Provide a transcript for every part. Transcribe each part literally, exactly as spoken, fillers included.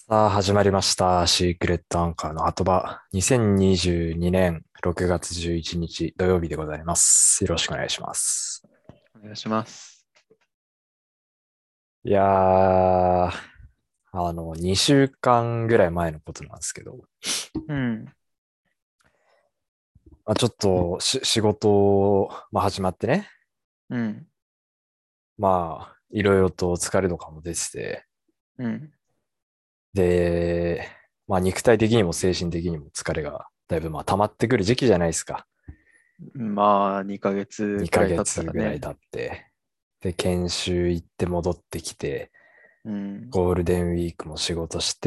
さあ、始まりました。シークレットアンカーの後場。にせんにじゅうにねんろくがつじゅういちにち土曜日でございます。よろしくお願いします。 お願いします。 いやー、あの、にしゅうかんぐらい前のことなんですけど、 うん、 まあ、ちょっとし仕事、まあ、始まってね、 うん、 まあ、いろいろと疲れとかも出てて、 うん。 で、まあ、肉体的にも精神的にも疲れがだいぶまあ溜まってくる時期じゃないですか。 まあ、にかげつく 2 らい経ったヶ月らね。 ぐらい経って。で、研修行って戻ってきて、 うん、 ゴールデンウィークも仕事して、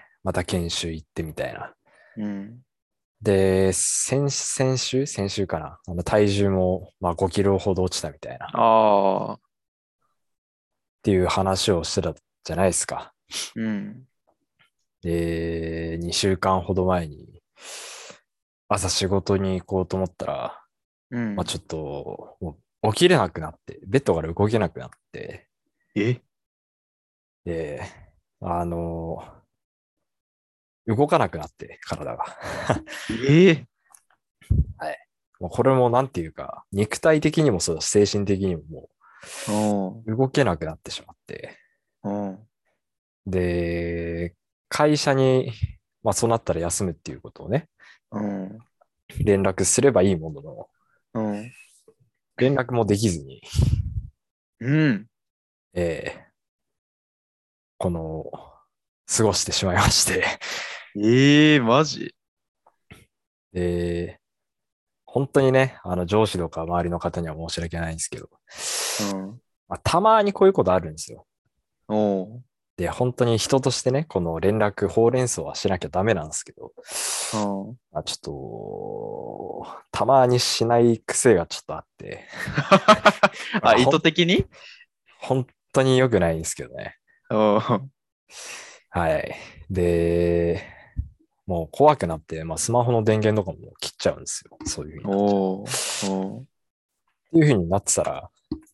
また研修行ってみたいな。 うん。 で、先、先週先週かな。あの体重もまあごキロほど落ちたみたいな。っああ、 ていう話をしてたじゃないですか。 うん、 で、にしゅうかんほど前に朝仕事に行こうと思ったら、まあ、 うん。 ちょっともう起きれなくなって、ベッドから動けなくなって、 えで、あの、動かなくなって、体が。 えはい。もうこれもなんていうか、肉体的にもそうだし、精神的にももおう、 う動けなくなってしまって。 おう、 で、会社に、まあそうなったら休むっていうことをね、 うん、 連絡すればいいものの、 うん、 連絡もできずに、 うん。 えーこの、過ごしてしまいまして。 ええマジ。 で、本当にね、あの上司とか周りの方には申し訳ないんですけど、 うん、 まあ、たまにこういうことあるんですよ。 おう、 で、本当に人としてね、この連絡、ほうれん草はしなきゃダメなんですけど、 おう。 まあ、ちょっと、たまにしない癖がちょっとあって、 あ、意まあほん、 図的に。 本当に良くないんですけどね。 おう、 はい。で、もう怖くなって、まあ、スマホの電源とかも切っちゃうんですよ。そういう風になっちゃう。っおう、おう、 ていう風になってたら、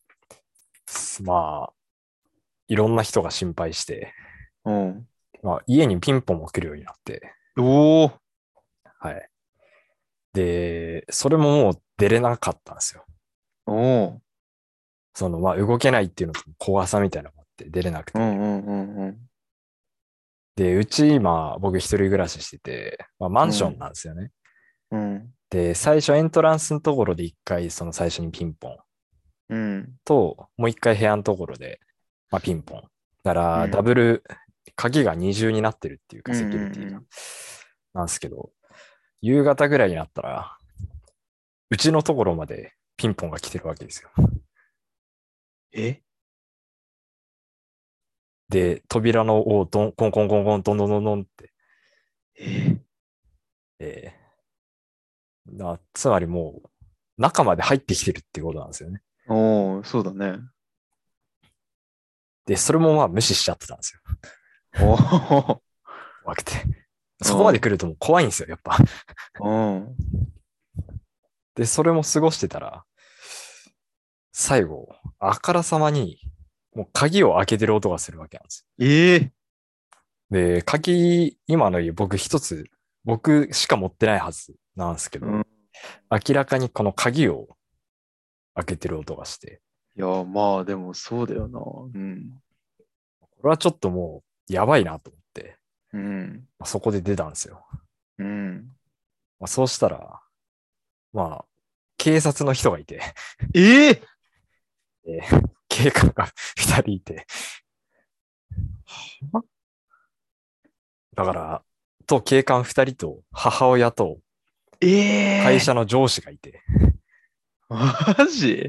まあ、いろんな人が心配して、 おう、 まあ、家にピンポンも来るようになって、 おう、 はい。で、それももう出れなかったんですよ。 おう、 その、まあ、動けないっていうのと怖さみたいなのがあって出れなくうん、 て。 うん、うん、うん。 で、うち今、僕一人暮らししてて、まあ、マンションうん、 なんですよね。 うん、 で、最初エントランスのところで一回、その最初にピンポンうん、 と、もう一回部屋のところで、まあ、ピンポン。だから、ダうん、 ブル、鍵が二重になってるっていうか、 うん、 セキュリティが。 うん。 なんですけど、夕方ぐらいになったら、うちのところまでピンポンが来てるわけですよ。 えで、扉のをドン、コンコンコンコン、ドンドンドンドンって、 ええーなつまりもう、中まで入ってきてるっていうことなんですよね。 おー、そうだね。 で、それもまあ無視しちゃってたんですよ。 おー、 怖くて。そこまでうん、 来るともう怖いんですよ、やっぱ。 うん。 で、それも過ごしてたら、最後、あからさまに、もう鍵を開けてる音がするわけなんですええよ。で、鍵、今の家僕一つ、僕しか持ってないはずなんですけど、 うん。 明らかにこの鍵を開けてる音がして、 いや、まあ、でもそうだよな。うん、 これはちょっともう、やばいなと思って、 うん、 まあそこで出たんですよ。 うん。 まあ、そうしたら、まあ、警察の人がいて、 えええー警官が二人いて、だから、と警官二人と母親と会ええ社の上司がいて、 マジ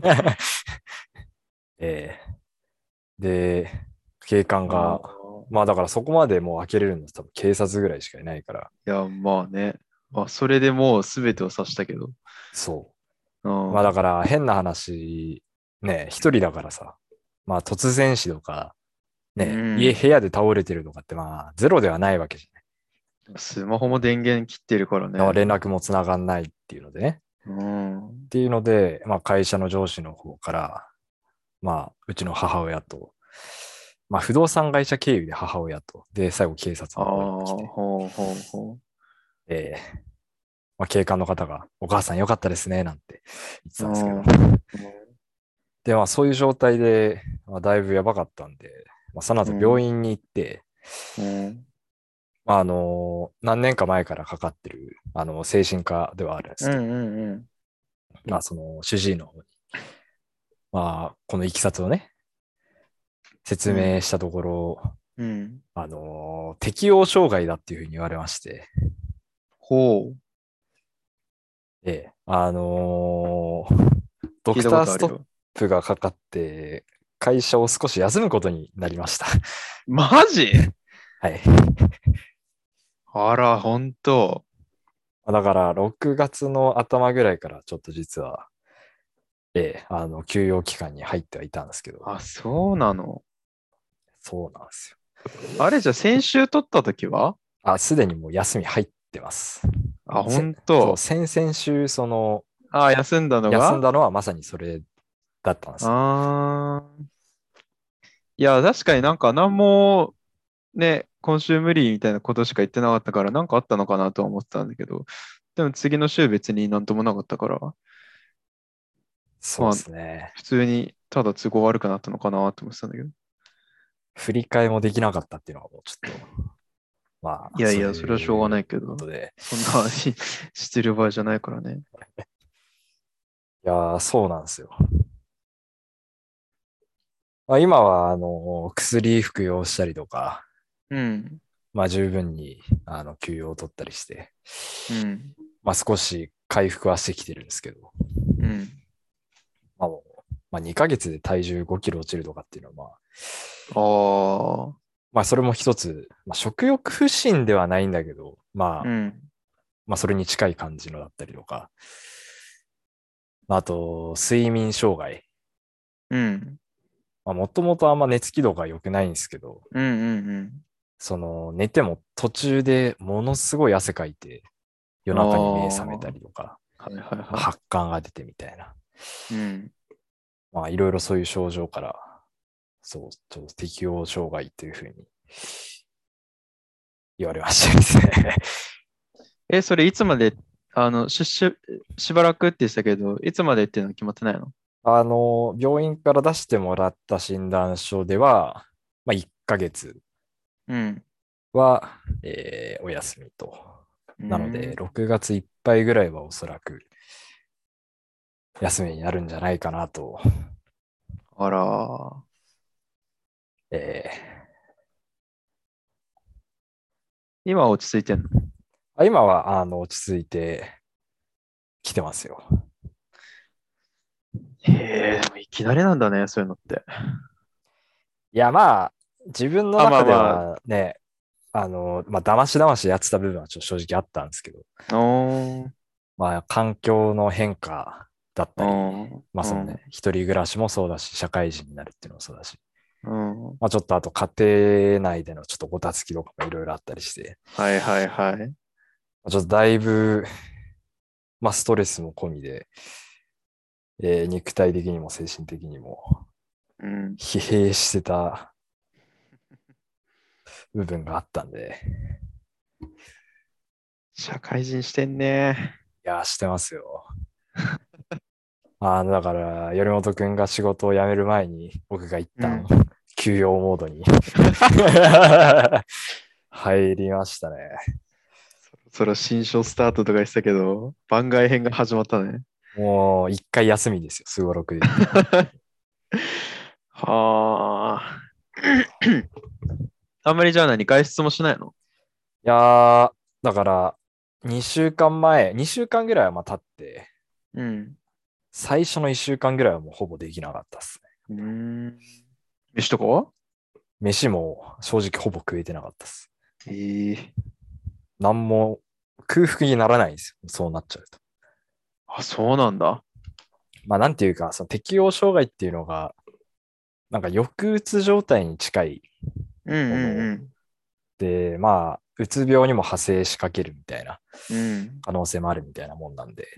えーで、警官あが、 ーまあだからそこまでもう開けれるの多分警察ぐらいしかいないから、 いや、まあね。まあ、それでもう全てを指したけど。 そう。まあだうん、 から変な話、ね、一人だからさ、まあ突然死とか、 うね、家、 ん。 部屋で倒れてるとかってまあゼロではないわけじゃない。 スマホも電源切ってるからね。 だから連絡もつながんないっていうのでね。 うん、 っていうので、まあ会社の上司の方から、まあうちの母親と、 まあ、不動産会社経由で母親と、で、最後警察ああ、 の方に来て、 ほうほうほえーまあ、警官の方が、お母さんよかったですね、なんて言ってう。うたんですけど。 ん。 で、まあ、そういう状態で、まあ、だいぶやばかったんで、まあ、その後病うん。 院に行って、 うん。 まあ、あの何年か前からかかってる、あの、精神科ではあるんですけど、 うんうんうん。 まあ、その、主治医の方に、まあ、このいきさつをね、説うん。 明したところ、 うん。 あの適応障害だっていうふうに言われまして、 ほう。 ええ、あのード聞いたクターストッことあるよ。 プがかかって、会社を少し休むことになりました。 マジ？ はい。 あら、ほんと。 だから、ろくがつの頭ぐらいからちょっと実は、ええ、あの、休養期間に入ってはいたんですけど、 あ、そうなの。 そうなんですよ。 あれじゃあ先週撮った時は？ あ、すでにもう休み入ってます。 あ、ほせ、そう、 んと。 先々週、その、 あ、休んだのが？ 休んだのはまさにそれだったんですよ。 あー。いや、確かになんか何もね、今週無理みたいなことしか言ってなかったから、なんかあったのかなとは思ってたんだけど、でも次の週別になんともなかったから、 そうでまあ、 すね。 普通にただ都合悪くなったのかなと思ってたんだけど。 振り替えもできなかったっていうのはもうちょっと、まあ、そういやいや、それはしょうがないういけど、 ことで。 そんなししてる場合じゃないからね。 いやー、そうなんですよ。まあ、今は、あの、薬服用したりとか、 うん、 まあ、十分に、あの、休養を取ったりして、 うん、 まあ、少し回復はしてきてるんですけど、 うん。 まあ、もうまあ、にかげつで体重ごキロ落ちるとかっていうのは、まあ、 ああ、 まあ、それも一つ、まあ、食欲不振ではないんだけど、まあ、 うん、 まあ、それに近い感じのだったりとか、まあ、あと、睡眠障害。 うん、 まあ、もともとあんま寝つき度が良くないんですけど、 うん、うん、うん。 その、寝ても途中でものすごい汗かいて、夜あ中に目覚あ、 めたはいりとか、 はいまあ、 はい。 発汗が出てみたいな。 うん。 まあ、いろいろそういう症状から、そう、ちょっと適応障害というふうに言われましたですね。 え、それいつまで、あの、し、し、しばらくって言ってたけど、いつまでっていうのは決まってないの？ あの、病院から出してもらった診断書では、まあ、いっかげつうん。 は、えーお休みと。 うーなので、 ん。 ろくがついっぱいぐらいはおそらく休みになるんじゃないかなと。 あらー。 え今は落ち着いてんの？ ーあ今は、あの、落ち着いてきてますよ。 へえ、でもいきなりなんだね、そういうのって。 いや、まあ、自分のあ、ま中であまはね、あの、まあ、だましだましやってた部分はちょっと正直あったんですけど、 あ、おー、 まあ、環境の変化だったり、 おまあ、 ー、 そのね、一人暮らしもそうだし、社会人になるっていうのもそうだし、 うん、うん。 まあ、ちょっとあと家庭内でのちょっとごたつきとかもいろいろあったりして、 はいはいはい。 まあちょっとだいぶ、まあ、ストレスも込みで、えー肉体的にも精神的にもうん。 疲弊してた部分があったんで、 社会人してんね。 いやー、してますよ。あの、だから、頼本くんが仕事を辞める前に、僕が一旦、 うん。 休養モードに入りましたね。 そろそろ新書スタートとか言ってたけど、番外編が始まったね。 もう、一回休みですよ、すごろくで言うと。 はあ。あんまりじゃあ何、外出もしないの？ いやー、だから、にしゅうかんまえ、にしゅうかんぐらいはまあ経って、 うん。 最初のいっしゅうかんぐらいはもうほぼできなかったっすね。 うーん。飯とかは？ 飯も正直ほぼ食えてなかったっす。 ええ。 なんも空腹にならないんですよ、そうなっちゃうと。 あ、そうなんだ。 まあなんていうか、その適応障害っていうのが、なんか抑うつ状態に近いうんものうんで、まあ、うつ病にも派生しかけるみたいなうん。うん。 可能性もあるみたいなもんなんで、 うん。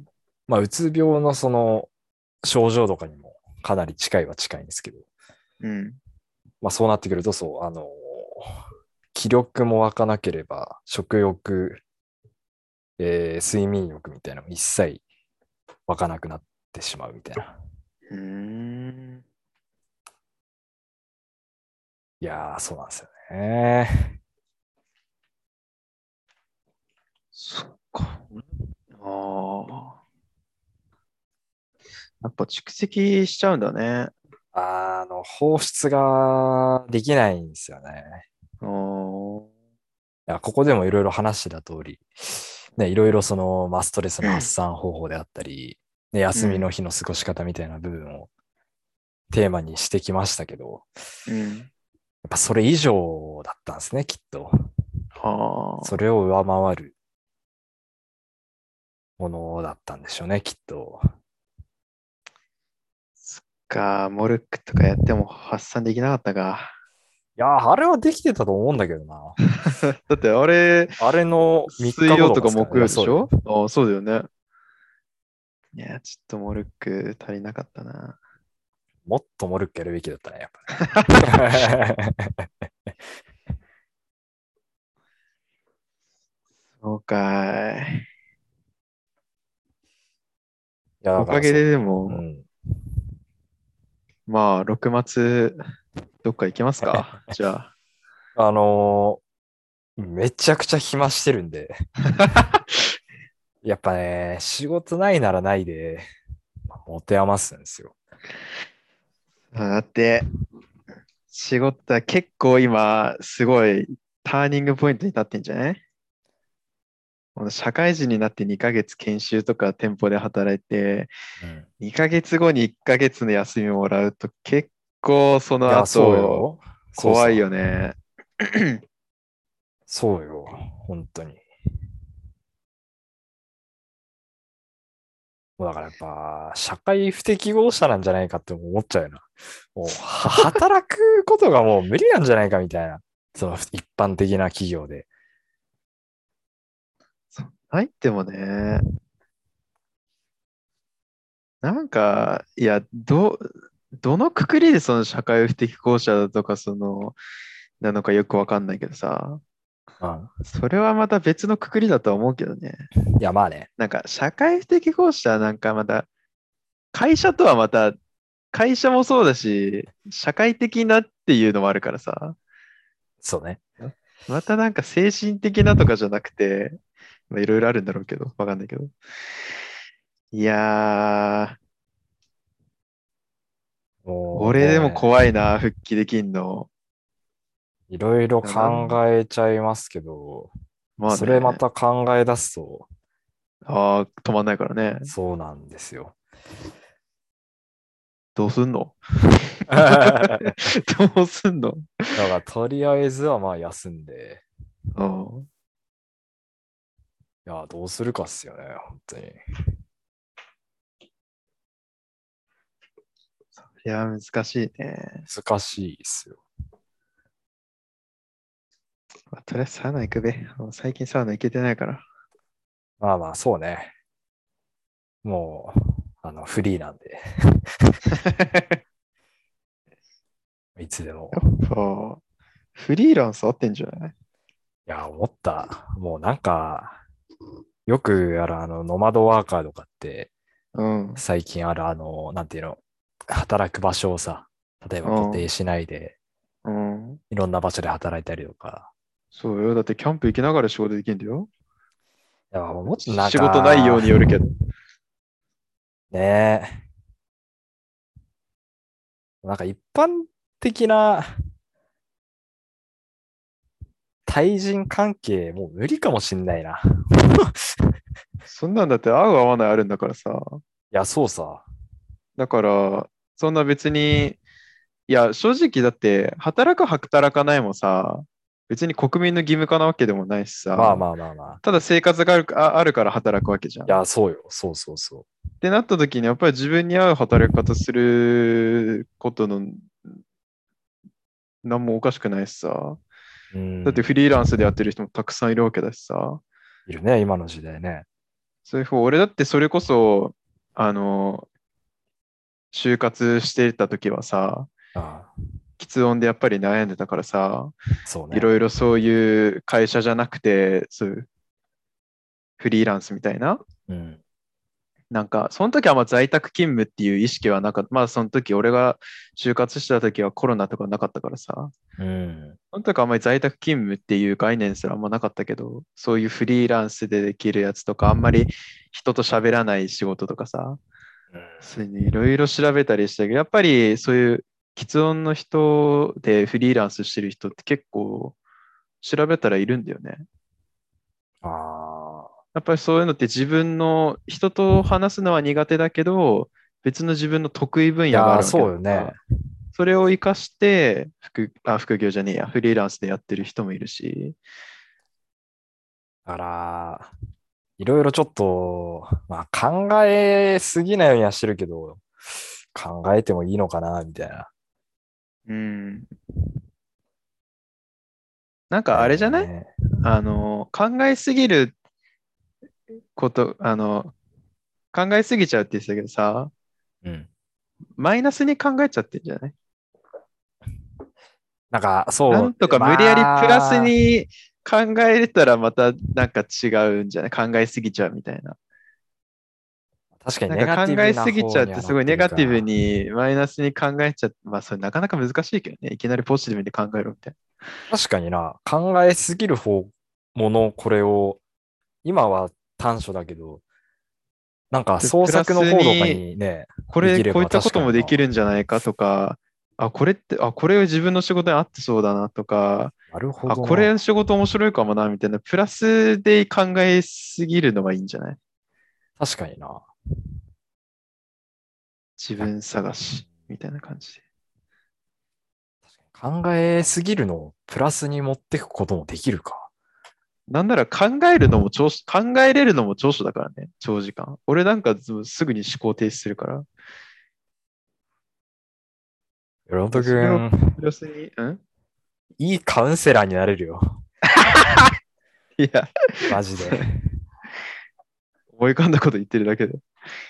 まあ、うつ病のその症状とかにもかなり近いは近いんですけど、 うん。 まあそうなってくると、そう、あの、気力も湧かなければ、食欲、えー睡眠欲みたいなのも一切湧かなくなってしまうみたいな。 うーん。 いやー、そうなんですよね。 そっか。ああ。やっぱ蓄積しちゃうんだね。 あの、放出ができないんですよね。 ああ。 いや、ここでもいろいろ話してた通り、ね、いろいろその、まあ、ストレスの発散方法であったり、ね、休みのうん。 日の過ごし方みたいな部分をテーマにしてきましたけど、 うん。 やっぱそれ以上だったんですね、きっと。 はあ。 それを上回るものだったんでしょうね、きっと。 そっか、モルックとかやっても発散できなかったか。 いやー、あれはできてたと思うんだけどな。 だってあれ、 あれのみっかご水曜とかとかですからね。いや、 木曜でしそうよ。 ょああ、そうだよね。いや、ちょっとモルック足りなかったな。 もっとモルックやるべきだったね、やっぱね。 そうかい。 いや、だおかげでからそう。 でも、 うん。 まあ、ろく末、どっか行きますかじゃあ。 あのーめちゃくちゃ暇してるんで、やっぱね、仕事ないならないで、持て余すんですよ。 だって、仕事は結構今、すごいターニングポイントに立ってんじゃない？この社会人になってにかげつ研修とか店舗で働いて、 うん。 にかげつごにいっかげつの休みもらうと結構そのいや、そう後よ。そう怖いよさ。 ね。 そうよ。本当に。もうだからやっぱ、社会不適合者なんじゃないかって思っちゃうよな。もう、は働くことがもう無理なんじゃないかみたいな。その一般的な企業で。 入ってもね、なんか、いや、ど、どのくくりでその社会不適合者だとか、その、なのかよくわかんないけどさ、 うん。 それはまた別のくくりだとは思うけどね。 いや、まあね。 なんか、社会不適合者なんかまた、会社とはまた、会社もそうだし、社会的なっていうのもあるからさ、 そうね。 またなんか精神的なとかじゃなくて、まあいろいろあるんだろうけど、わかんないけど。いやー、 もう俺でもね、 怖いな、復帰できんの。 いろいろだな考えちゃいますけど、 まあそれまね、 た考え出すと、 ああ、止まんないからね。 そうなんですよ。 どうすんの？ だかどうすんの？ ら、とりあえずはまあ休んで、 うん。 いや、どうするかっすよね、本当に。 いや、難しいね。 難しいっすよ。 まあとりあえずサウナ行くべ。もう最近サウナ行けてないから。 まあまあ、そうね。もう、あの、フリーなんで、いつでも。 やっぱ、フリーランス合ってんじゃない？ いや、思った。もうなんか、よくあるあの、ノマドワーカーとかって、 うん。 最近あるあの、なんていうの、働く場所をさ、例えば固うん。 定しないで、 うん。 いろんな場所で働いたりとか。 そうよ。だってキャンプ行きながら仕事できんだよ。 いや、もっとなん仕事内容か、 によるけど。 ねえ、なんか一般的な対人関係、もう無理かもしんないな。 そんなんだって合う合わないあるんだからさ。 いや、そうさ。 だから、そんな別に、いや、正直だって、働く働かないもさ、別に国民の義務化なわけでもないしさ、 まあまあまあまあ。 ただ生活があるああるから働くわけじゃん。っいや、そうよ。そうそうそてなった時に、やっぱり自分に合う働き方することの何もおかしくないしさ。 う。うだってフん。 リーランスでやってる人もたくさんいるわけだしさ。 いるね、今の時代ね。 そういうふう、俺だってそれこそ、あの、就活してた時はさ、 ああ。 喫音でやっぱり悩んでたからさ、 そうね。 いろいろそういう会社じゃなくて、そういうフリーランスみたいな、 うん。 なんか、その時はまあ在宅勤務っていう意識はなかった。まあ、その時、俺が就活してた時はコロナとかなかったからさ、 うん。 その時はあんまり在宅勤務っていう概念すらあんまなかったけど、そういうフリーランスでできるやつとか、あんまり人と喋らない仕事とかさ、そういうのいろいろ調べたりしたけど、やっぱりそういう喫音の人でフリーランスしてる人って結構調べたらいるんだよね。 ああ。 やっぱりそういうのって自分の人と話すのは苦手だけど、別の自分の得意分いやー、 野があるわけそうよね。 だから、それを活かして副、あ、副業じゃねえや、フリーランスでやってる人もいるし、 だから、いろいろちょっと、まあ考えすぎないようにはしてるけど、考えてもいいのかな、みたいな。 うん。なんだかあれじゃないよね。 あの、考えすぎること、あの、考えすぎちゃうって言ってたけどさ、 うん。 マイナスに考えちゃってんじゃないなんか、そう、 なんとか無理やりプラスまあ、 に考えれたらまたなんか違うんじゃない考えすぎちゃうみたいな。 確かになんネガティブか考えな方すぎちゃってすごいにはなってネガティブるか。 にマイナスに考えちゃって、まあそれなかなか難しいけどね。いきなりポジティブに考えろみたい確かにな、考えすぎる方、もの、これを、今は短所だけど、なんかな。で、 創プラ作の方とかスににね、 これ、 できればこういったこ確かにな。 ともできるんじゃないかとか、あ、これって、あ、これ自分の仕事に合ってそうだなとか、 なるほあ、 どな。 これ仕事面白いかもなみたいな、プラスで考えすぎるのがいいんじゃない確かにな。いや、 自分探しみたいな感じで。 考えすぎるのをプラスに持っていくこともできるか。 なんなら考えるのも長所、考えれるのも長所だからね、長時間。俺なんかずすぐに思考停止するから。 ロ本くそれをん、 プラスに、んいいカウンセラーになれるよ。 いや、 マジで。 それ思い浮かんだこと言ってるだけで。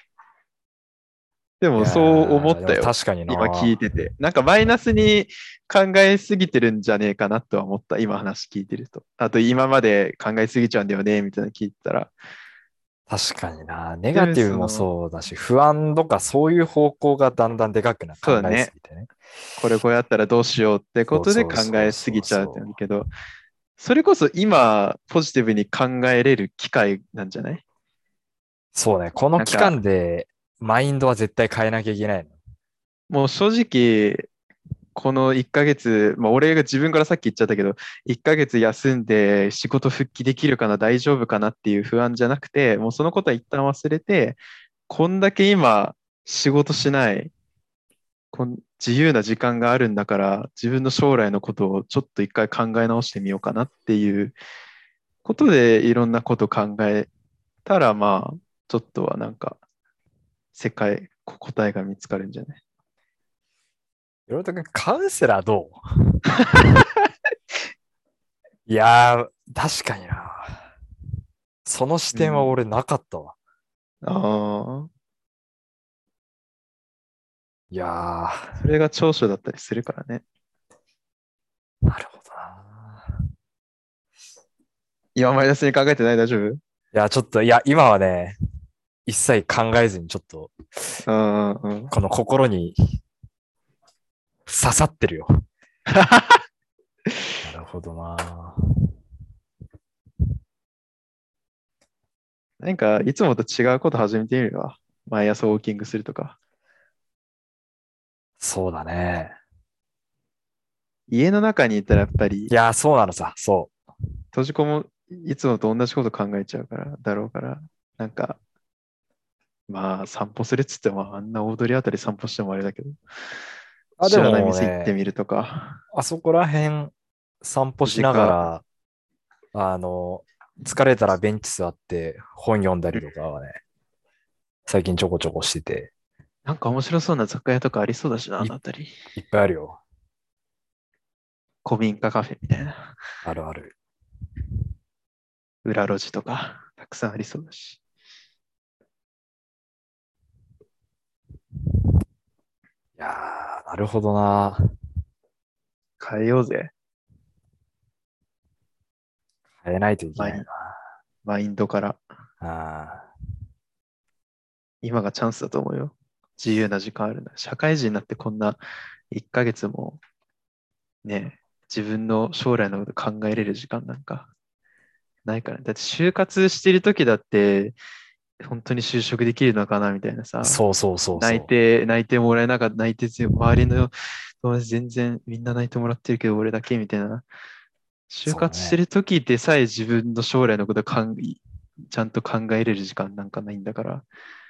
でいもそう思やー、でったよ。 も確かに今聞いな。 てて。なんかマイナスに考えすぎてるんじゃねえかなとは思った。今話聞いてると。あと今まで考えすぎちゃうんだよね、みたいなの聞いてたら。 確かにな。ネでもガティブもその、 そうだし、不安とかそういう方向がだんだんでかくな考えすそうだね。 ぎてね。 これこうやったらどうしようってこそうとでそうそう考えすぎちゃうってそうそなるけど、それこそ今ポジティブに考えれる機会なんじゃないう。そうね。この期間なんか、 でマインドは絶対変えなきゃいけないの。 もう正直、このいっかげつ、まあ、俺が自分からさっき言っちゃったけど、いっかげつ休んで仕事復帰できるかな、大丈夫かなっていう不安じゃなくて、もうそのことは一旦忘れて、こんだけ今仕事しない、こん自由な時間があるんだから、自分の将来のことをちょっと一回考え直してみようかなっていうことで、いろんなこと考えたら、まあ、ちょっとはなんか、世界、こ答えが見つかるんじゃないろとくん、カウンセラーどう？いやー、確かにな。その視うん。 点は俺なかったわ。 ああ、 いやそれが長所だったりするからね。 ー、なるほどな。 今マイナスに考えてない大丈夫いや、ちょっと、いや、今はね、一切考えずにちょっと、 うんうんうん。 この心に刺さってるよ。なるほどな。 なんか、いつもと違うこと始めてみるわ。毎朝ウォーキングするとか。 そうだね。 家の中にいたらやっぱりいや、そうなのさ。そ閉じこも、いつもと同じこと考えちゃうから、だろうから、なんか、まあ、散歩するっつっても、あんな大通りあたり散歩してもあれだけど、 う。あ、で知らないもね、 店行ってみるとか、 あそこら辺散歩しなが時間、 ら、あの、疲れたらベンチ座って本読んだりとかはね、最近ちょこちょこしてて、 なんか面白そうな雑貨屋とかありそうだしな、あい、 のあたり。 いっぱいあるよ。 古民家カフェみたいな。 あるある。 裏路地とか、たくさんありそうだし。 いやー、なるほどな。 変えようぜ。 変えないといけマイン、 ないな。 マインドから。 あ今がチャンスだと思うよ。自由な時間あるな。社会人になってこんないっかげつもね、自分の将来のこと考えれる時間なんかないからね。だって就活してる時だって、本当に就職できるのかなみたいなあ、 さ。 そうそうそうそ泣いて、泣いてもらえなかった、泣いてぜ、周りの友達全然みんな泣いてもらってるけど、俺だけみたいな。 う。 就そうだね。 活してる時でさえ自分の将来のことかんちゃんと考えれる時間なんかないんだから、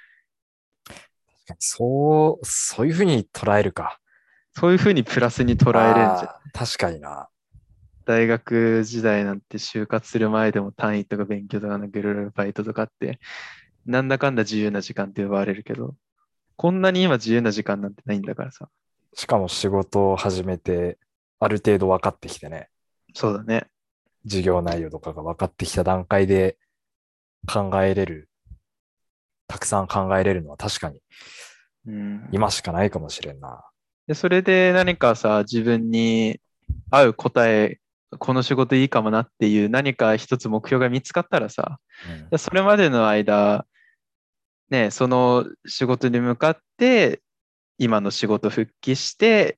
そう、そういうふうに捉えるか。 そういうふうにプラスに捉えれんじゃん。 ああ、確かにな。 大学時代なんて就活する前でも単位とか勉強とかなんかいろいろバイトとかあって、なんだかんだ自由な時間って呼ばれるけど、こんなに今自由な時間なんてないんだからさ。 しかも仕事を始めて、ある程度分かってきてね、 そうだね。 授業内容とかが分かってきた段階で考えれる、たくさん考えれるのは確かにうん。 今しかないかもしれんな。 で、それで何かさ、自分に合う答え、この仕事いいかもなっていう何か一つ目標が見つかったらさ、 うん。 でそれまでの間、ね、その仕事に向かって、今の仕事復帰して、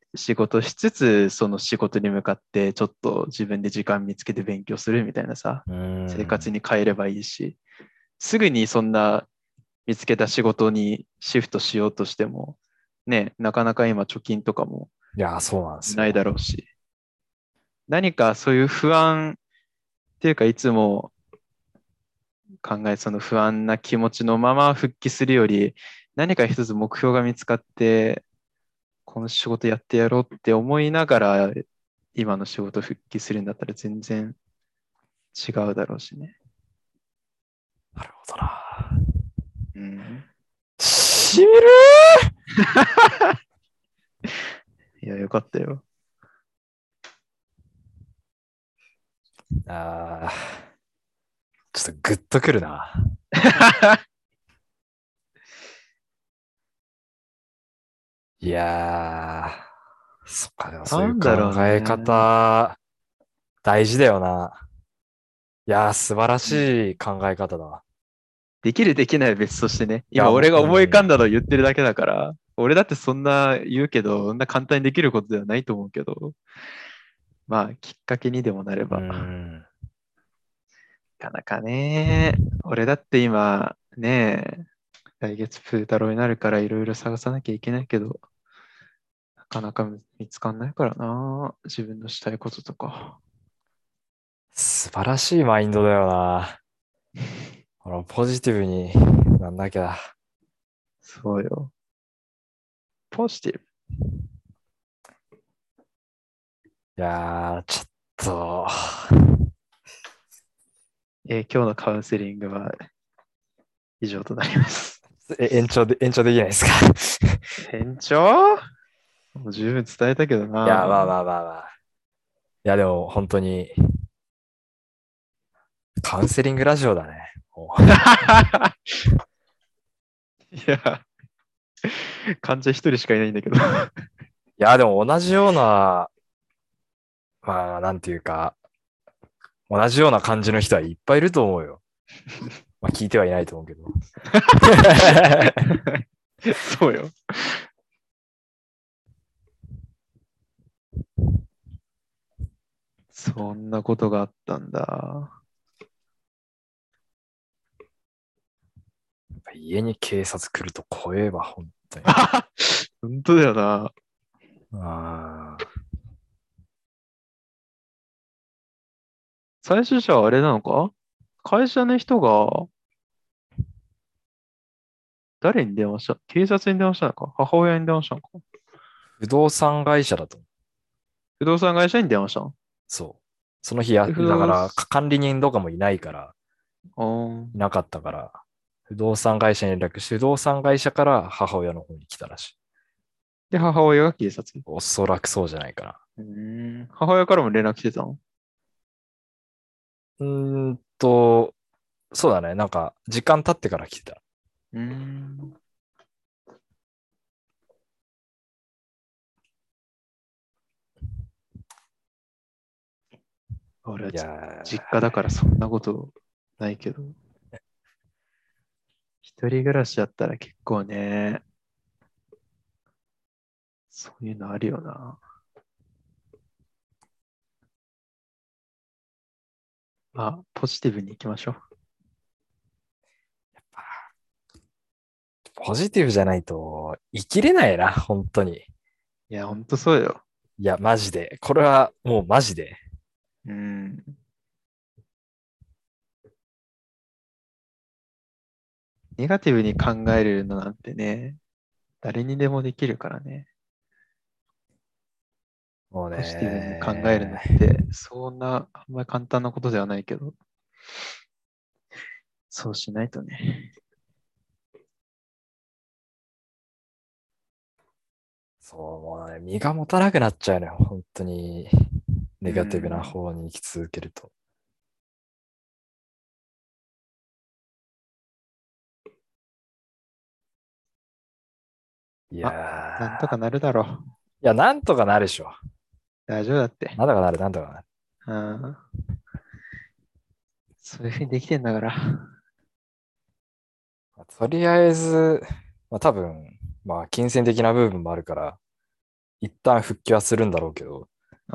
仕事しつつ、その仕事に向かってちょっと自分で時間見つけて勉強するみたいなさ、 う生活ん。 に変えればいいし、すぐにそんな見つけた仕事にシフトしようとしても、ね、なかなか今貯金とかもいや、そうなんですないよ。 だろうし、何かそういう不安っていうか、いつも考え、その不安な気持ちのまま復帰するより、何か一つ目標が見つかって、この仕事やってやろうって思いながら、今の仕事復帰するんだったら全然違うだろうしね。 なるほどな。 うん。 しみるいや、よかったよ。 ーああ、ちょっとグッとくるな。いやー、そっか、でもそういう考なんだろうえね。 方、大事だよな。いやー、素晴らうん。 しい考え方だわ。 できるできないは別としてね。 いや、もう、 今俺が思い浮かんだうん。 のを言ってるだけだから、俺だってそんな言うけど、そんな簡単にできることではないと思うけど、まあ、きっかけにでもなれうば。 ん。 なかなかね、俺だって今、ね、来月プー太郎になるからいろいろ探さなきゃいけないけど、なかなか見つかんないからな、自分のしたいこととか。 素晴らしいマインドだよな。このポジティブになんなきゃ。 そうよ。ポジティブ。 いやー、ちょっと、 えー今日のカウンセリングは以上となります。 え、延長で、延長できないですか？ 延長もう十分伝えたけどいや、まあな。 まあまあまあ。いや、でも本当にカウンセリングラジオだね。もういや、患者一人しかいないんだけど。 いや、でも同じような、まあ、なんていうか、同じような感じの人はいっぱいいると思うよ。まあ、聞いてはいないと思うけど。 そうよ。そんなことがあったんだ。 家に警察来ると怖えわ、本当に。 本当だよな。 ああ、 最初じゃああれなのか会社の人が誰に電話した警察に電話したのか母親に電話したのか不動産会社だと思う。 不動産会社に電話したのそう。その日や、 で不動だから、か管理人とかもいないから、 あーいなかったから、不動産会社に連絡して、不動産会社から母親の方に来たらしい。 で、母親が警察。 おそらくそうじゃないかな。 うーん。母親からも連絡来てたのうーんと、そうだね。なんか、時間経ってから来てた。 うーん。 俺はいじや実家だからそんなことないけど、一人暮らしだったら結構ね、そういうのあるよな。まあ、ポジティブに行きましょう。 ー、ポジティブじゃないと生きれないな、本当に。 いや、ほんとそうよ。 いや、マジで。これはもうマジで。 うん。ネガティブに考えるのなんてね、誰にでもできるからね。 もうポジティブに考えるのっね。 て、そんな、あんまり簡単なことではないけど、そうしないとね。 そう、もうね、身が持たなくなっちゃうのよ。本当に、 うネガティブなん。 方に生き続けると。いやあ、なんとかー、 なるだろう。 いや、なんとかなるでしょ。 大丈夫だって。 なんとかなる、なんとかなる。 うん。そういうふうにできてんだから。 まあとりあえず、まあ多分、まあ金銭的な部分もあるから、一旦復帰はするんだろうけど、 うん。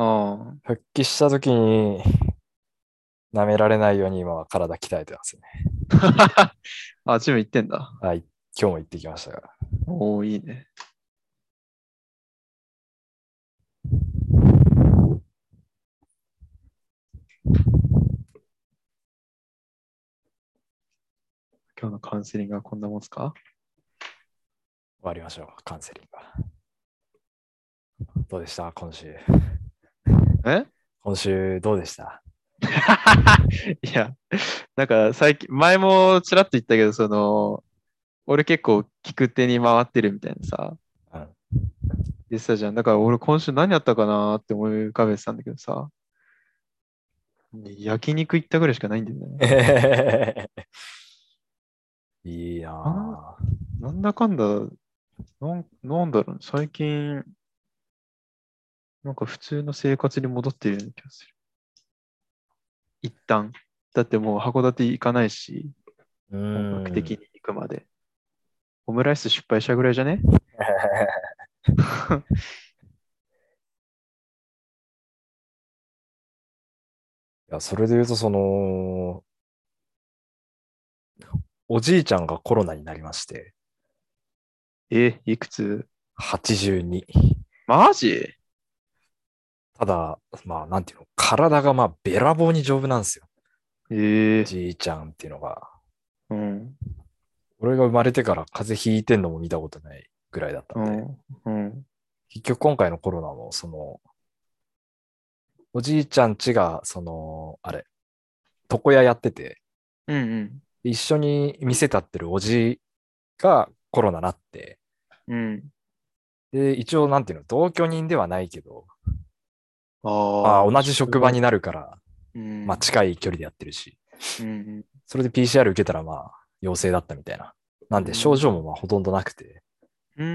復帰した時に舐められないように今は体鍛えてますね。 あ、ジム行ってんだ。 はい、今日も行ってきましたから。 おー、いいね。今日のカウンセリングはこんなもんすか？ 終わりましょう、カウンセリングは。どうでした今週。 え今週どうでした？ いや、なんか最近、前もちらっと言ったけど、その、俺結構聞く手に回ってるみたいなさ、 うん。 言ってたじゃん。だから俺今週何やったかなって思い浮かべてたんだけどさ、焼肉行ったぐらいしかないんだよね。 いいな、 ななんだかんだ、なん、なんだろう、最近、なんか普通の生活に戻っているような気がする。一旦。だってもう函館行かないし、 ぁ。う本格的にーん。 行くまで。オムライス失敗したぐらいじゃね？ いや、それで言うと、その、おじいちゃんがコロナになりまして、 え、いくつ？ はちじゅうに。 マジ？ ただ、まあ、なんていうの、体がまあ、べらぼうに丈夫なんですよ。おええ、 じいちゃんっていうのが。 うん、 俺が生まれてから風邪ひいてんのも見たことないぐらいだったんで、 うん、うん、 結局今回のコロナも、その、おじいちゃん家が、その、あれ、床屋やってて、 うん、 一緒に店立ってるおじがコロナなって、 うん。 で、一応なんていうの、同居人ではないけど、まあああ、 同じ職場。 職場になるから、 うん、 まあ近い距離でやってるし、 うん、 それで ピーシーアール 受けたらまあ陽性だったみたいな。 うなんで症状もん、 まあほとんどなくて、 うん。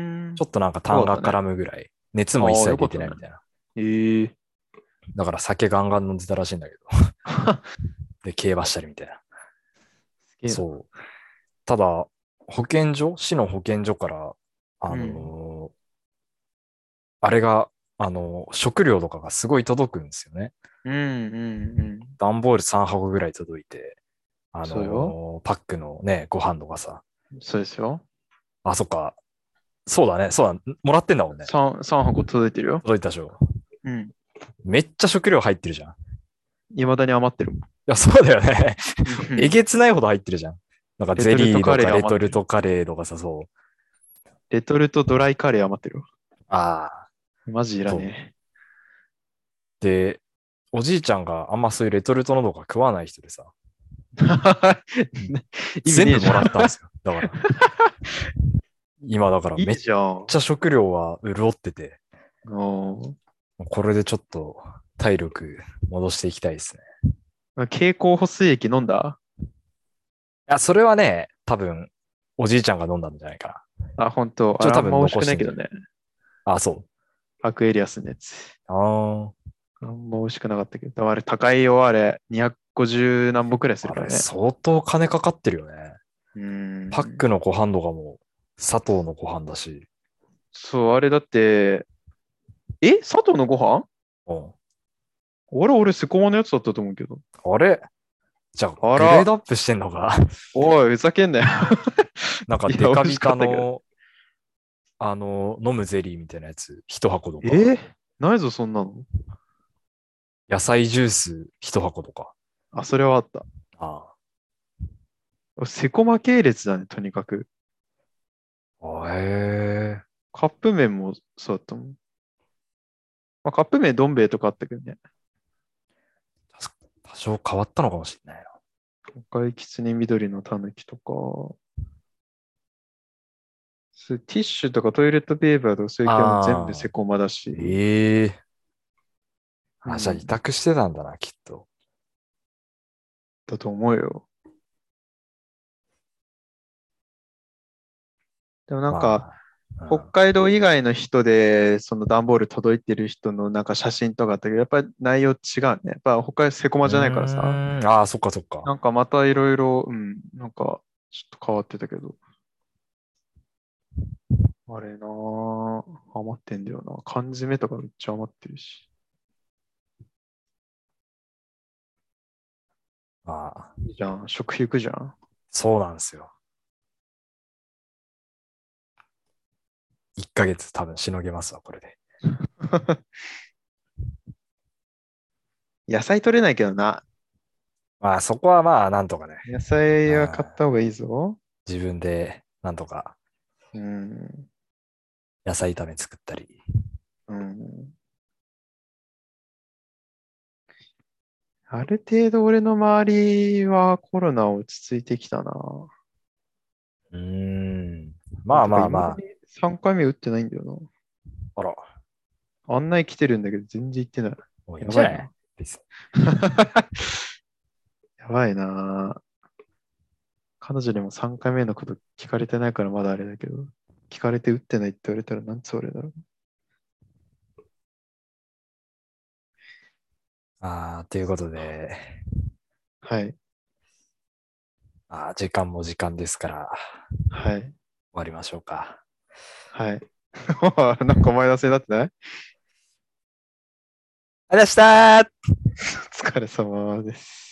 ちょっとなんか痰がよかったね。 絡むぐらい、熱も一ああ、 切出よかったね。 てないみたいな。 ええ。 だから酒ガンガン飲んでたらしいんだけど、で、競馬したりみたいな。 すげえな。 そう。ただ、保健所、市の保健所から、あうん、 のーあれが、あのー食料とかがすごい届くんですよね。 うん、うん、うん。 段ボールさん箱ぐらい届いて、あそうよ。 のーパックのね、ご飯とかさ。 そうですよ。 あ、そっか。そうだね。そうだ。もらってんだもんね。 三、三箱届いてるよ。 届いたでしょ。 うん。 めっちゃ食料入ってるじゃん。い未だに余ってるもや、そうだよね。 ん。うえん。 げつないほど入ってるじゃん。なんかレトルトカレゼリーとかレー余ってる。 トルトカレーとかさ、そう。 レトルトドライカレー余ってるわ。 ああ、 マジいらそう。 ねで、おじいちゃんがあんまそういうレトルトのとか食わない人でさ、うんえ。意味ねえじゃん。 全部もらったんですよ。だから、今だからいいめっじゃん。 ちゃ食料は潤ってて、 おこれでちょっと体力戻していきたいですね。 ー、経口補水液飲んだ？ いや、それはね、多分、おじいちゃんが飲んだんじゃないかな。 あ、本当あれあ一応多分んま美味し残してんじゃない。 くないけどね。 あ、そう。 アクエリアスのやつ。 ああ。 あんま美味しくなかったけど。でもあれ高いよ、あれ。にひゃくごじゅう何本くらいするあれ、 からね。 相当金かかってるよね。 うーパッん。 クのご飯とかも、砂糖のご飯だし。 そう、あれだって、え佐藤のご飯うん。 あれ、俺、セコマのやつだったと思うけど。 あれじゃあ、グレーあら、 ドアップしてんのか？ おい、ふざけんなよ。 なんかいや、美味デカビしかったけど。 タの、あの、飲むゼリーみたいなやつ、一箱とか、 えないぞ、そんなの。 野菜ジュース一箱とか。 あ、それはあった。 あセコマ系列だね、とにかく。 あ。へえ。 カップ麺もそうだったもん。まあ、カップ麺どん兵衛とかあったけどね。 多少変わったのかもしれないな。 赤いきつね緑のたぬきとか、そうティッシュとかトイレットペーパーとかそういう系はもう全部ああ。 セコマだし、 ええ。あ、じゃあ委うん、 託してたんだな、きっと。 だと思うよ。でもなんか、 まあ、 北海道以外の人で、その段ボール届いてる人のなんか写真とかあったけど、やっぱり内容違うね。やっぱ北海道セコうマじゃないからさ、 ーん。ああ、そっかそっか。 なんかまたいろいろ、うん、なんかちょっと変わってたけど、あれなぁ、余ってんだよな。缶詰とかめっちゃ余ってるし。 まあ、 いいじゃん、食費浮くじゃん。 そうなんですよ。いっかげつ多分しのげますわ、これで。 野菜取れないけどな。 まあ、そこはまあ、なんとかね。 野菜は買っうん、 た方がいいぞ。 自分で、なんとか、 うん。 野菜炒め作ったり。 うん。ある程度俺の周りはコロナ落ち着いてきたな。 うーん。 あ、 まあてか、 まあま未だにさんかいめ打ってないんだよあ、あら、 な。案内来てるんだけど、全然行ってない。 もういいんじゃないやばいな。 別に。 やばいな。彼女にもさんかいめのこと聞かれてないからまだあれだけど、聞かれて打ってないって言われたらなんつ俺だろう。 ああ、ということで、 はい。 あー時間も時間ですから、 はい。 終わりましょうか。 はい。なんか前出せになってない？ ありがとうございました。 お疲れ様です。